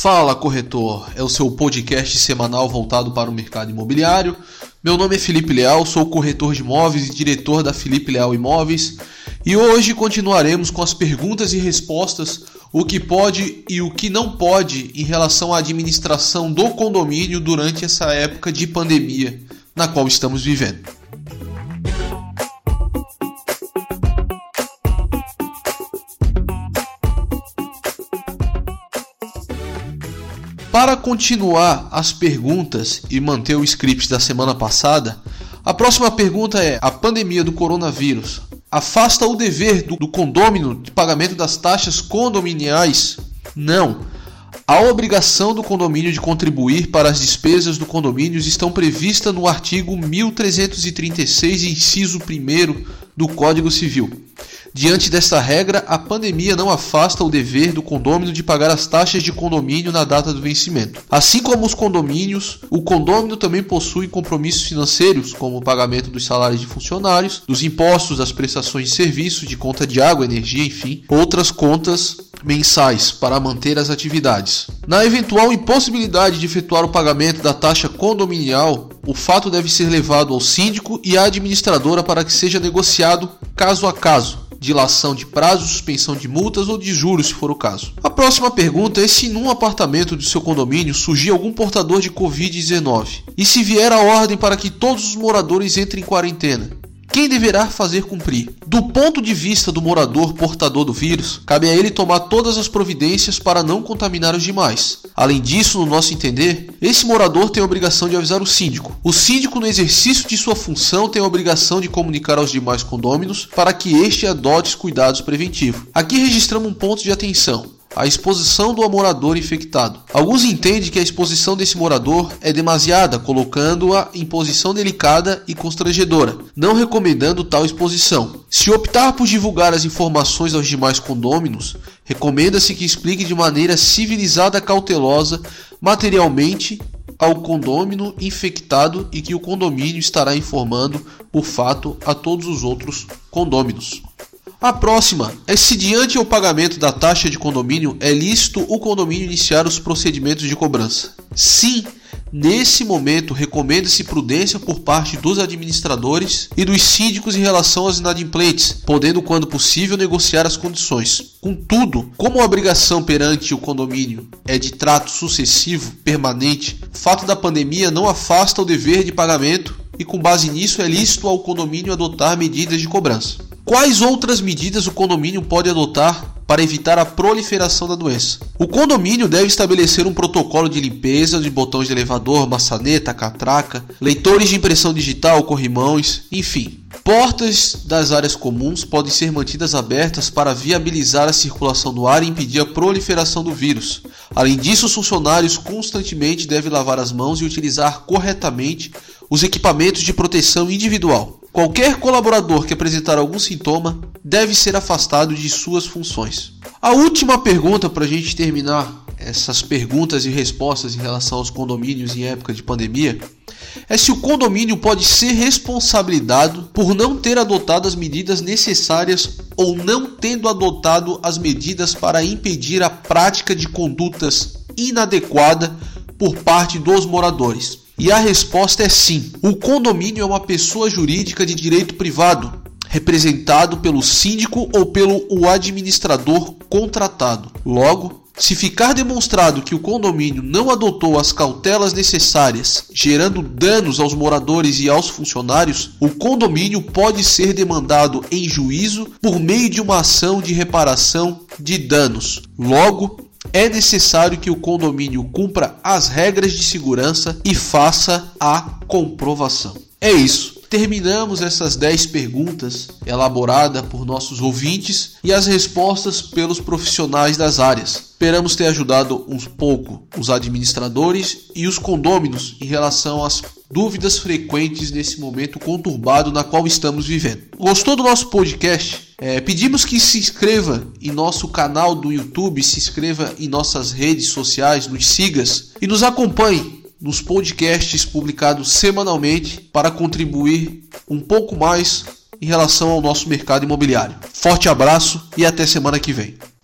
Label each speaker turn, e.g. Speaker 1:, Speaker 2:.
Speaker 1: Fala, corretor! É o seu podcast semanal voltado para o mercado imobiliário. Meu nome é Felipe Leal, sou corretor de imóveis e diretor da Felipe Leal Imóveis. E hoje continuaremos com as perguntas e respostas, o que pode e o que não pode em relação à administração do condomínio durante essa época de pandemia na qual estamos vivendo. Para continuar as perguntas e manter o script da semana passada, a próxima pergunta é: a pandemia do coronavírus afasta o dever do condômino de pagamento das taxas condominiais? Não. A obrigação do condomínio de contribuir para as despesas do condomínio estão previstas no artigo 1336, inciso 1º do Código Civil. Diante desta regra, a pandemia não afasta o dever do condômino de pagar as taxas de condomínio na data do vencimento. Assim como os condomínios, o condômino também possui compromissos financeiros, como o pagamento dos salários de funcionários, dos impostos, das prestações de serviço, de conta de água, energia, enfim, outras contas mensais para manter as atividades. Na eventual impossibilidade de efetuar o pagamento da taxa condominial, o fato deve ser levado ao síndico e à administradora para que seja negociado caso a caso. Dilação de prazo, suspensão de multas ou de juros, se for o caso. A próxima pergunta é se num apartamento do seu condomínio surgir algum portador de Covid-19 e se vier a ordem para que todos os moradores entrem em quarentena. Quem deverá fazer cumprir? Do ponto de vista do morador portador do vírus, cabe a ele tomar todas as providências para não contaminar os demais. Além disso, no nosso entender, esse morador tem a obrigação de avisar o síndico. O síndico, no exercício de sua função, tem a obrigação de comunicar aos demais condôminos para que este adote os cuidados preventivos. Aqui registramos um ponto de atenção: a exposição do morador infectado. Alguns entendem que a exposição desse morador é demasiada, colocando-a em posição delicada e constrangedora, não recomendando tal exposição. Se optar por divulgar as informações aos demais condôminos, recomenda-se que explique de maneira civilizada e cautelosa materialmente ao condômino infectado e que o condomínio estará informando o fato a todos os outros condôminos. A próxima é se diante o pagamento da taxa de condomínio é lícito o condomínio iniciar os procedimentos de cobrança. Sim, nesse momento recomenda-se prudência por parte dos administradores e dos síndicos em relação aos inadimplentes, podendo quando possível negociar as condições. Contudo, como a obrigação perante o condomínio é de trato sucessivo, permanente, o fato da pandemia não afasta o dever de pagamento e com base nisso é lícito ao condomínio adotar medidas de cobrança. Quais outras medidas o condomínio pode adotar para evitar a proliferação da doença? O condomínio deve estabelecer um protocolo de limpeza de botões de elevador, maçaneta, catraca, leitores de impressão digital, corrimões, enfim. Portas das áreas comuns podem ser mantidas abertas para viabilizar a circulação do ar e impedir a proliferação do vírus. Além disso, os funcionários constantemente devem lavar as mãos e utilizar corretamente os equipamentos de proteção individual. Qualquer colaborador que apresentar algum sintoma deve ser afastado de suas funções. A última pergunta para a gente terminar essas perguntas e respostas em relação aos condomínios em época de pandemia é se o condomínio pode ser responsabilizado por não ter adotado as medidas necessárias ou não tendo adotado as medidas para impedir a prática de condutas inadequadas por parte dos moradores. E a resposta é sim. O condomínio é uma pessoa jurídica de direito privado, representado pelo síndico ou pelo administrador contratado. Logo, se ficar demonstrado que o condomínio não adotou as cautelas necessárias, gerando danos aos moradores e aos funcionários, o condomínio pode ser demandado em juízo por meio de uma ação de reparação de danos. Logo, é necessário que o condomínio cumpra as regras de segurança e faça a comprovação. É isso. Terminamos essas 10 perguntas elaboradas por nossos ouvintes e as respostas pelos profissionais das áreas. Esperamos ter ajudado um pouco os administradores e os condôminos em relação às dúvidas frequentes nesse momento conturbado na qual estamos vivendo. Gostou do nosso podcast? Pedimos que se inscreva em nosso canal do YouTube, se inscreva em nossas redes sociais, nos siga e nos acompanhe nos podcasts publicados semanalmente para contribuir um pouco mais em relação ao nosso mercado imobiliário. Forte abraço e até semana que vem.